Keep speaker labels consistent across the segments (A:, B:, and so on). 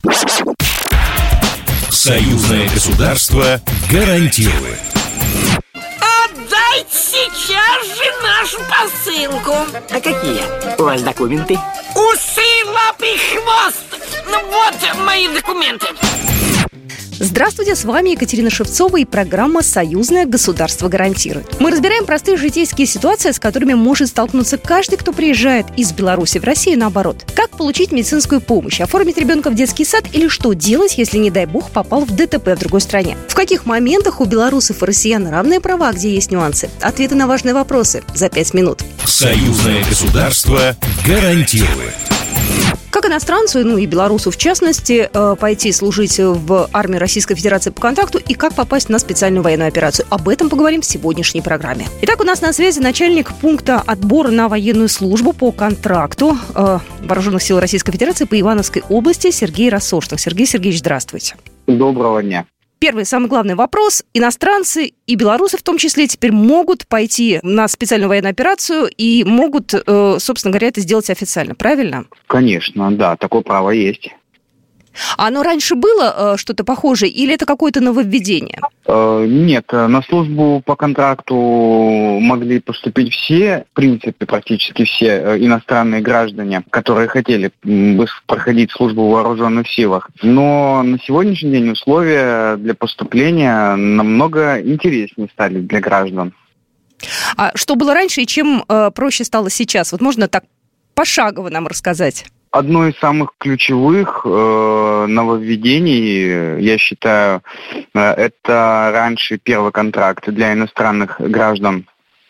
A: Союзное государство гарантирует.
B: Отдайте сейчас же нашу посылку.
C: А какие у вас документы?
B: Усы, лапы, хвост. Ну вот мои документы.
D: Здравствуйте, с вами Екатерина Шевцова и программа «Союзное государство гарантирует». Мы разбираем простые житейские ситуации, с которыми может столкнуться каждый, кто приезжает из Беларуси в Россию и наоборот. Как получить медицинскую помощь, оформить ребенка в детский сад или что делать, если, не дай бог, попал в ДТП в другой стране. В каких моментах у белорусов и россиян равные права, где есть нюансы. Ответы на важные вопросы за 5 минут.
A: Союзное государство гарантирует.
D: Как иностранцу, и белорусу в частности, пойти служить в армию Российской Федерации по контракту и как попасть на специальную военную операцию. Об этом поговорим в сегодняшней программе. Итак, у нас на связи начальник пункта отбора на военную службу по контракту Вооруженных сил Российской Федерации по Ивановской области Сергей Рассошных. Сергей Сергеевич, здравствуйте.
E: Доброго дня.
D: Первый, самый главный вопрос. Иностранцы и белорусы в том числе теперь могут пойти на специальную военную операцию и могут, собственно говоря, это сделать официально, правильно?
E: Конечно, да, такое право есть.
D: А оно раньше было что-то похожее или это какое-то нововведение?
E: Нет, на службу по контракту могли поступить все, в принципе, практически все иностранные граждане, которые хотели проходить службу в вооруженных силах. Но на сегодняшний день условия для поступления намного интереснее стали для граждан.
D: А что было раньше и чем проще стало сейчас? Вот можно так пошагово нам рассказать?
E: Одно из самых ключевых нововведений, я считаю, это раньше первый контракт для иностранных граждан,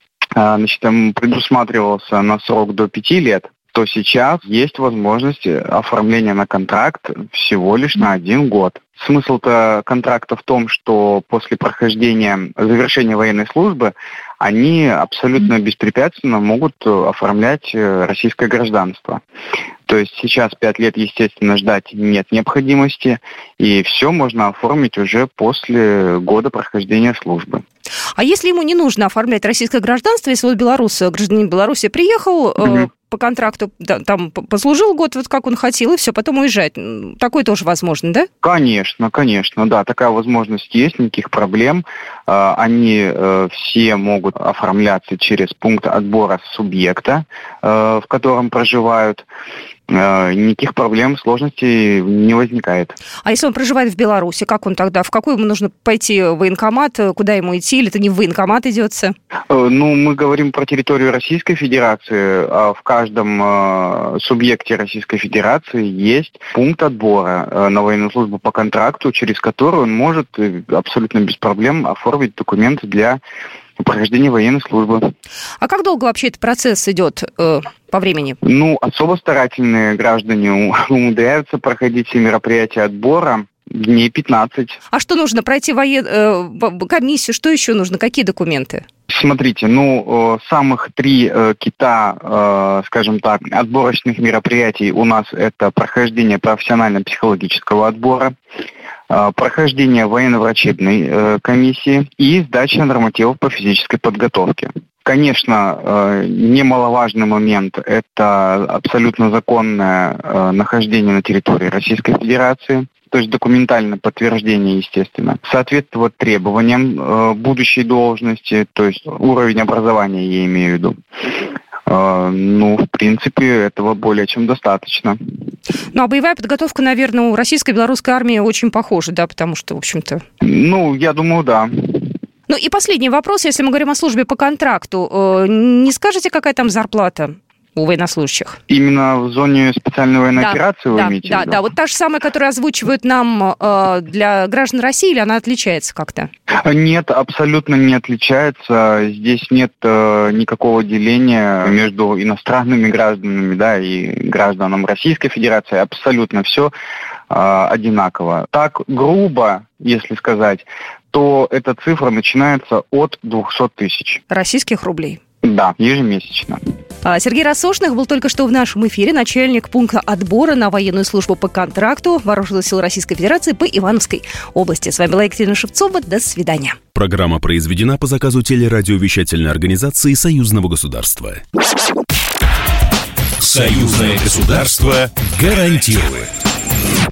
E: предусматривался на срок до 5 лет, то сейчас есть возможность оформления на контракт всего лишь на 1 год. Смысл-то контракта в том, что после завершения военной службы они абсолютно беспрепятственно могут оформлять российское гражданство. То есть сейчас 5 лет, естественно, ждать нет необходимости, и все можно оформить уже после года прохождения службы.
D: А если ему не нужно оформлять российское гражданство, если вот гражданин Беларуси приехал по контракту, там послужил год, вот как он хотел, и все, потом уезжает. Такое тоже возможно, да? Конечно, да, такая возможность есть, никаких проблем.
E: Они все могут оформляться через пункт отбора субъекта, в котором проживают. Никаких проблем, сложностей не возникает.
D: А если он проживает в Беларуси, как он тогда? В какой ему нужно пойти военкомат? Куда ему идти? Или это не в военкомат идется?
E: Мы говорим про территорию Российской Федерации. А в каждом субъекте Российской Федерации есть пункт отбора на военную службу по контракту, через который он может абсолютно без проблем оформить документы для прохождения военной службы. А как долго вообще этот процесс идет по времени? Особо старательные граждане умудряются проходить все мероприятия отбора дней 15.
D: А что нужно? Пройти комиссию? Что еще нужно? Какие документы?
E: Смотрите, самых 3 кита, скажем так, отборочных мероприятий у нас это прохождение профессионально-психологического отбора, прохождение военно-врачебной комиссии и сдача нормативов по физической подготовке. Конечно, немаловажный момент – это абсолютно законное нахождение на территории Российской Федерации, то есть документальное подтверждение, естественно, соответствовать требованиям будущей должности, то есть уровень образования, я имею в виду. В принципе, этого более чем достаточно.
D: А боевая подготовка, наверное, у российской и белорусской армии очень похожа, да, потому что, в общем-то...
E: Я думаю, да.
D: И последний вопрос, если мы говорим о службе по контракту, не скажете, какая там зарплата у военнослужащих?
E: Именно в зоне специальной военной операции вы имеете в виду?
D: Да, вот та же самая, которую озвучивают нам для граждан России, или она отличается как-то?
E: Нет, абсолютно не отличается. Здесь нет никакого деления между иностранными гражданами, и гражданам Российской Федерации. Абсолютно все одинаково. Так грубо, если сказать, то эта цифра начинается от 200 тысяч.
D: Российских рублей?
E: Да, ежемесячно.
D: Сергей Рассошных был только что в нашем эфире, начальник пункта отбора на военную службу по контракту Вооруженных сил Российской Федерации по Ивановской области. С вами была Екатерина Шевцова. До свидания.
A: Программа произведена по заказу телерадиовещательной организации Союзного государства. Союзное государство гарантирует.